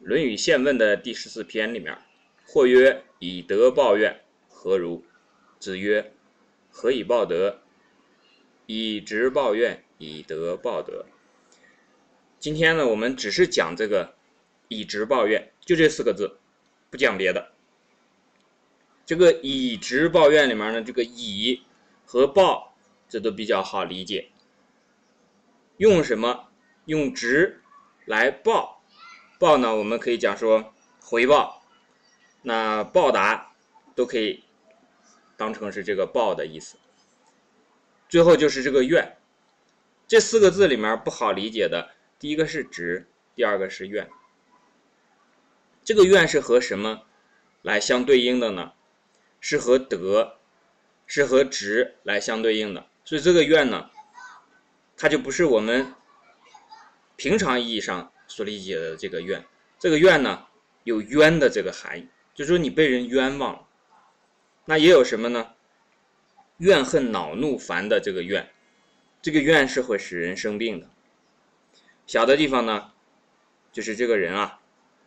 论语宪问的第14篇里面，或曰：以德报怨，何如？子曰：何以报德？以直报怨，以德报德。今天呢，我们只是讲这个以直报怨，就这4个字，不讲别的。这个以直报怨里面呢，这个以和报这都比较好理解。用什么？用直来报。报呢，我们可以讲说回报，那报答都可以当成是这个报的意思。最后就是这个怨，这4个字里面不好理解的，第一个是直，第二个是怨。这个怨是和什么来相对应的呢？是和德，是和直来相对应的。所以这个怨呢，它就不是我们平常意义上所理解的这个怨。这个怨呢，有冤的这个含义，就是说你被人冤枉了。那也有什么呢？怨恨恼怒烦的这个怨，这个怨是会使人生病的。小的地方呢，就是这个人啊，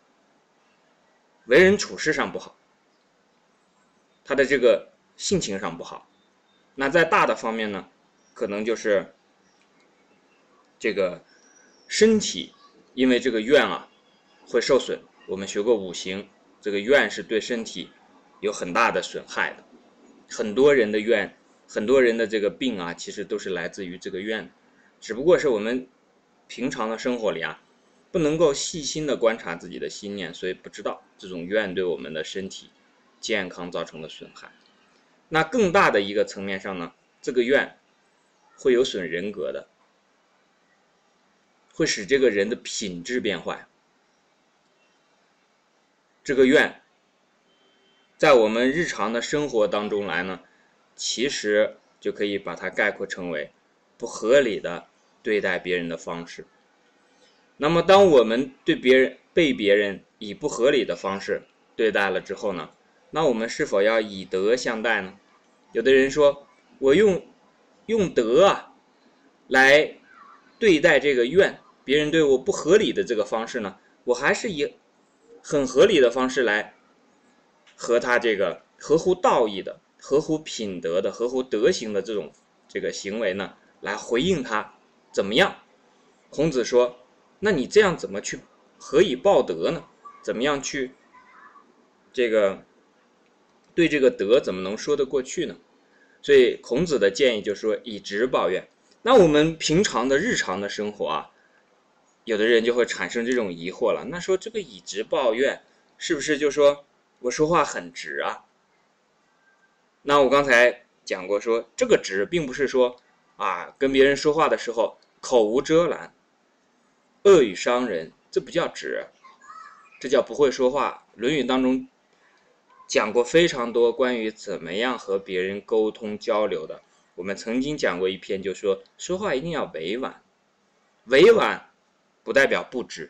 为人处事上不好，他的这个性情上不好。那在大的方面呢，可能就是这个身体因为这个怨啊会受损。我们学过五行，这个怨是对身体有很大的损害的。很多人的怨，很多人的这个病啊，其实都是来自于这个怨，只不过是我们平常的生活里啊，不能够细心的观察自己的心念，所以不知道这种怨对我们的身体健康造成的损害。那更大的一个层面上呢，这个怨会有损人格的，会使这个人的品质变坏。这个怨在我们日常的生活当中来呢，其实就可以把它概括成为不合理的对待别人的方式。那么当我们被别人以不合理的方式对待了之后呢，那我们是否要以德相待呢？有的人说，我用德啊来对待这个怨，别人对我不合理的这个方式呢，我还是以很合理的方式来和他这个合乎道义的、合乎品德的、合乎德行的这个行为呢，来回应他，怎么样？孔子说，那你这样怎么去何以报德呢？怎么样去这个对这个德怎么能说得过去呢？所以孔子的建议就是说以直报怨。那我们平常的日常的生活啊，有的人就会产生这种疑惑了，那说这个以直报怨是不是就说我说话很直啊？那我刚才讲过说，这个直并不是说啊跟别人说话的时候口无遮拦、恶语伤人，这不叫直，这叫不会说话。论语当中讲过非常多关于怎么样和别人沟通交流的。我们曾经讲过一篇，就说说话一定要委婉，委婉不代表不直。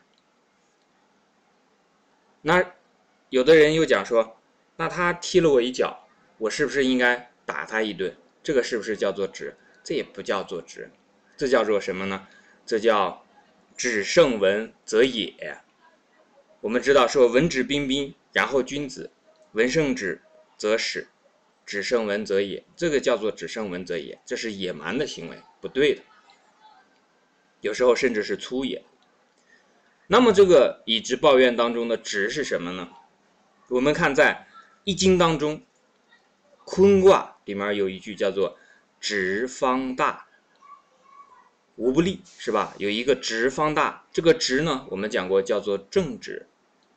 那有的人又讲说，那他踢了我一脚，我是不是应该打他一顿？这个是不是叫做直？这也不叫做直，这叫做什么呢？这叫止胜文则也。我们知道说文质彬彬，然后君子，文胜止则始，止胜文则也，这个叫做止胜文则也，这是野蛮的行为，不对的，有时候甚至是粗野。那么这个以直报怨当中的直是什么呢？我们看在易经当中坤卦里面有一句叫做直方大，无不利，是吧？有一个直方大，这个直呢我们讲过叫做正直，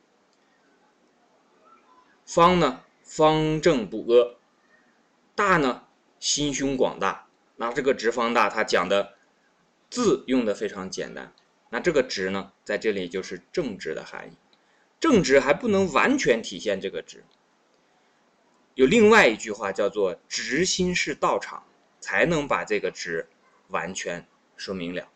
方呢方正不阿，大呢心胸广大。那这个直方大它讲的字用的非常简单，那这个直呢在这里就是正直的含义。正直还不能完全体现这个直，有另外一句话叫做直心是道场，才能把这个直完全说明了。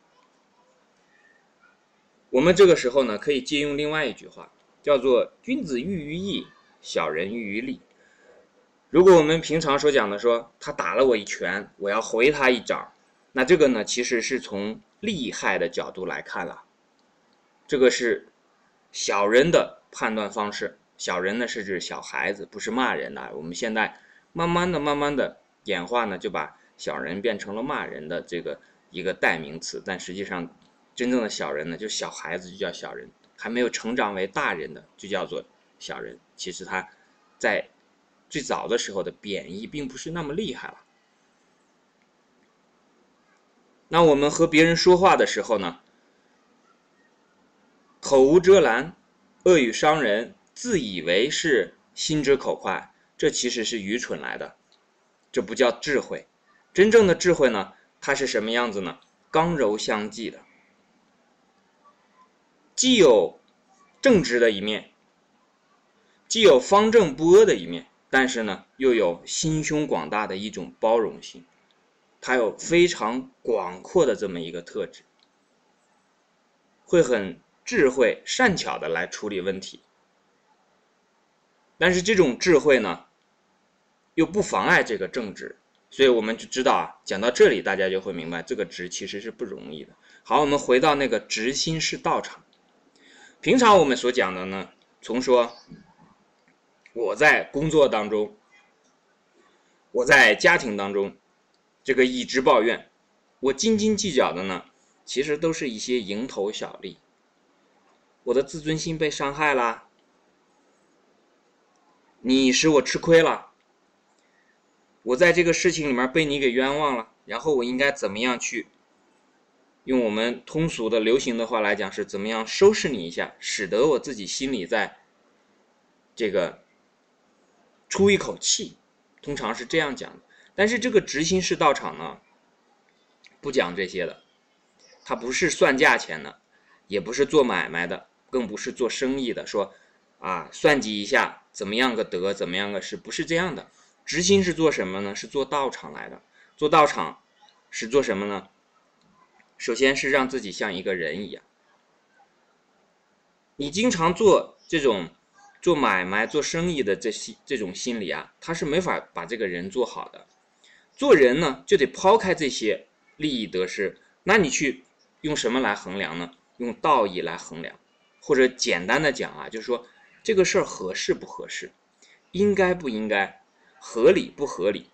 我们这个时候呢可以借用另外一句话，叫做君子喻于义，小人喻于利。如果我们平常所讲的说他打了我一拳，我要回他一掌，那这个呢其实是从利害的角度来看了，这个是小人的判断方式，小人呢是指小孩子，不是骂人的。我们现在慢慢的演化呢，就把小人变成了骂人的这个一个代名词，但实际上真正的小人呢，就小孩子就叫小人，还没有成长为大人的就叫做小人。其实他在最早的时候的贬义并不是那么厉害了。那我们和别人说话的时候呢，口无遮拦，恶语伤人，自以为是心直口快，这其实是愚蠢来的，这不叫智慧。真正的智慧呢，它是什么样子呢？刚柔相济的，既有正直的一面，既有方正不阿的一面，但是呢，又有心胸广大的一种包容性，它有非常广阔的这么一个特质，会很智慧善巧的来处理问题。但是这种智慧呢，又不妨碍这个正直，所以我们就知道啊，讲到这里大家就会明白，这个直其实是不容易的。好，我们回到那个直心是道场。平常我们所讲的呢，从说我在工作当中，我在家庭当中，这个以直报怨，我斤斤计较的呢，其实都是一些蝇头小利。我的自尊心被伤害了，你使我吃亏了，我在这个事情里面被你给冤枉了，然后我应该怎么样去用我们通俗的流行的话来讲，是怎么样收拾你一下，使得我自己心里在这个出一口气，通常是这样讲的。但是这个直心式道场呢，不讲这些的，它不是算价钱的，也不是做买卖的，更不是做生意的，说啊算计一下怎么样个得，怎么样个失，不是这样的。直心是做什么呢？是做道场来的。做道场是做什么呢？首先是让自己像一个人一样。你经常做这种做买卖做生意的这种心理啊，他是没法把这个人做好的。做人呢，就得抛开这些利益得失，那你去用什么来衡量呢？用道义来衡量，或者简单的讲啊，就是说这个事儿合适不合适，应该不应该，合理不合理。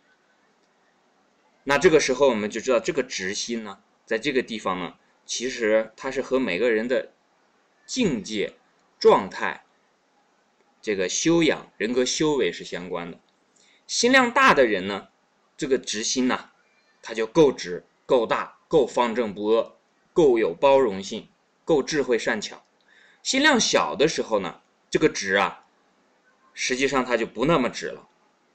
那这个时候我们就知道，这个直心呢，在这个地方呢，其实它是和每个人的境界、状态、这个修养、人格修为是相关的。心量大的人呢，这个直心呢，他就够直、够大、够方正不阿、够有包容性、够智慧善巧。心量小的时候呢，这个直啊，实际上它就不那么直了。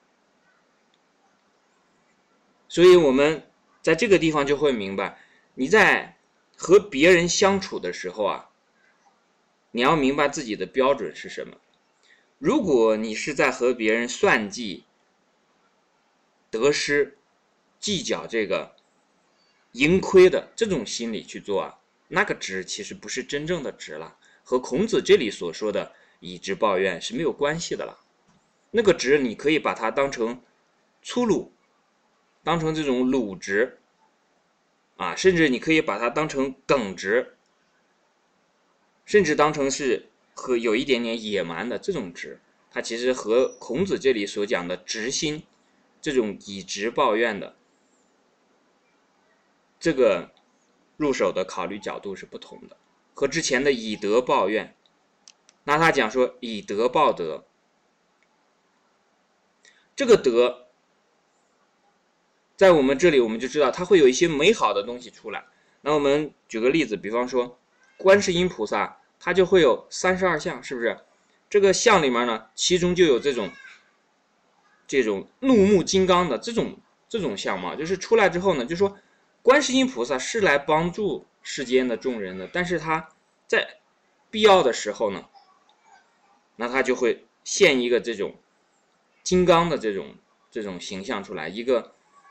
所以我们在这个地方就会明白，你在和别人相处的时候啊，你要明白自己的标准是什么。如果你是在和别人算计得失、计较这个盈亏的这种心理去做啊，那个直其实不是真正的直了，和孔子这里所说的以直报怨是没有关系的了。那个直你可以把它当成粗鲁，当成这种鲁直啊，甚至你可以把它当成耿直，甚至当成是和有一点点野蛮的这种直，它其实和孔子这里所讲的直心这种以直报怨的这个入手的考虑角度是不同的，和之前的以德报怨，那他讲说以德报德，这个德在我们这里我们就知道它会有一些美好的东西出来。那我们举个例子，比方说观世音菩萨，它就会有32相，是不是？这个相里面呢，其中就有这种怒目金刚的这种相貌，就是出来之后呢，就说观世音菩萨是来帮助世间的众人的，但是他在必要的时候呢，那他就会现一个这种金刚的这种形象出来，一个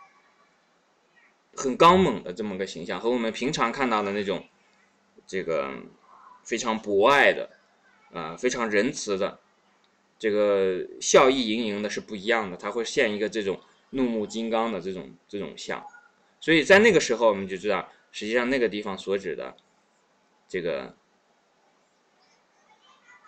很刚猛的这么个形象，和我们平常看到的那种这个非常博爱的非常仁慈的这个笑意盈盈的是不一样的，它会现一个这种怒目金刚的这种像。所以在那个时候我们就知道，实际上那个地方所指的这个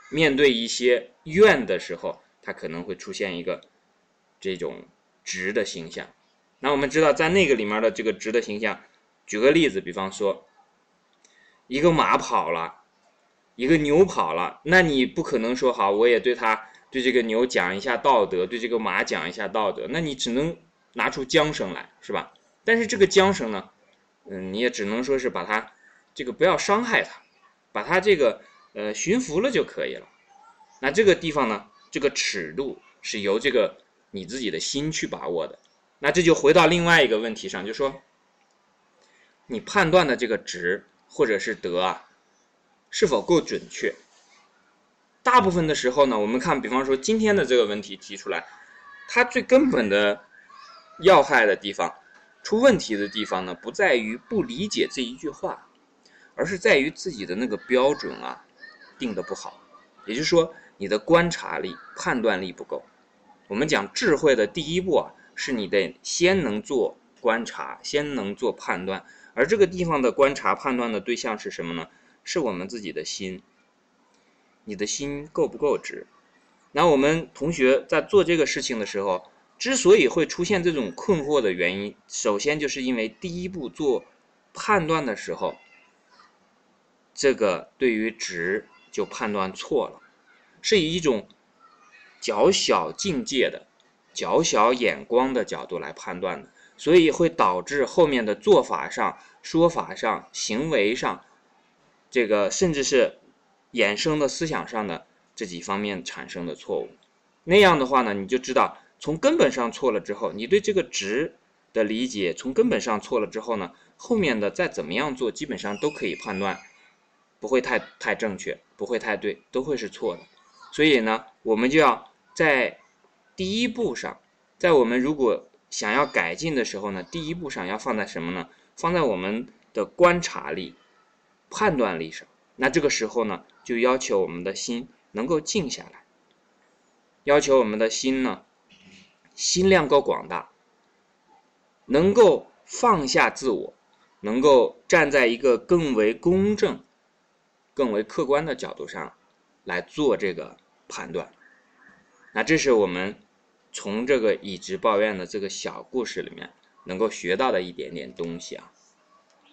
面对一些怨的时候，他可能会出现一个这种直的形象。那我们知道在那个里面的这个直的形象，举个例子，比方说一个马跑了，一个牛跑了，那你不可能说好我也对这个牛讲一下道德，对这个马讲一下道德，那你只能拿出缰绳来，是吧？但是这个缰绳呢，你也只能说是把它这个不要伤害它，把它这个驯服了就可以了。那这个地方呢，这个尺度是由这个你自己的心去把握的。那这就回到另外一个问题上，就是说你判断的这个直或者是德啊，是否够准确？大部分的时候呢，我们看，比方说今天的这个问题提出来，它最根本的要害的地方，出问题的地方呢，不在于不理解这一句话，而是在于自己的那个标准啊定得不好。也就是说，你的观察力、判断力不够。我们讲智慧的第一步啊，是你得先能做观察，先能做判断。而这个地方的观察、判断的对象是什么呢？是我们自己的心。你的心够不够直？那我们同学在做这个事情的时候，之所以会出现这种困惑的原因，首先就是因为第一步做判断的时候，这个对于直就判断错了，是以一种较小境界的、较小眼光的角度来判断的，所以会导致后面的做法上、说法上、行为上，这个甚至是衍生的思想上的这几方面产生的错误。那样的话呢，你就知道从根本上错了之后，你对这个直的理解从根本上错了之后呢，后面的再怎么样做，基本上都可以判断不会太正确，不会太对，都会是错的。所以呢，我们就要在第一步上，在我们如果想要改进的时候呢，第一步上要放在什么呢？放在我们的观察力、判断力上。那这个时候呢，就要求我们的心能够静下来，要求我们的心呢，心量够广大，能够放下自我，能够站在一个更为公正、更为客观的角度上来做这个判断。那这是我们从这个以直报怨的这个小故事里面能够学到的一点点东西啊。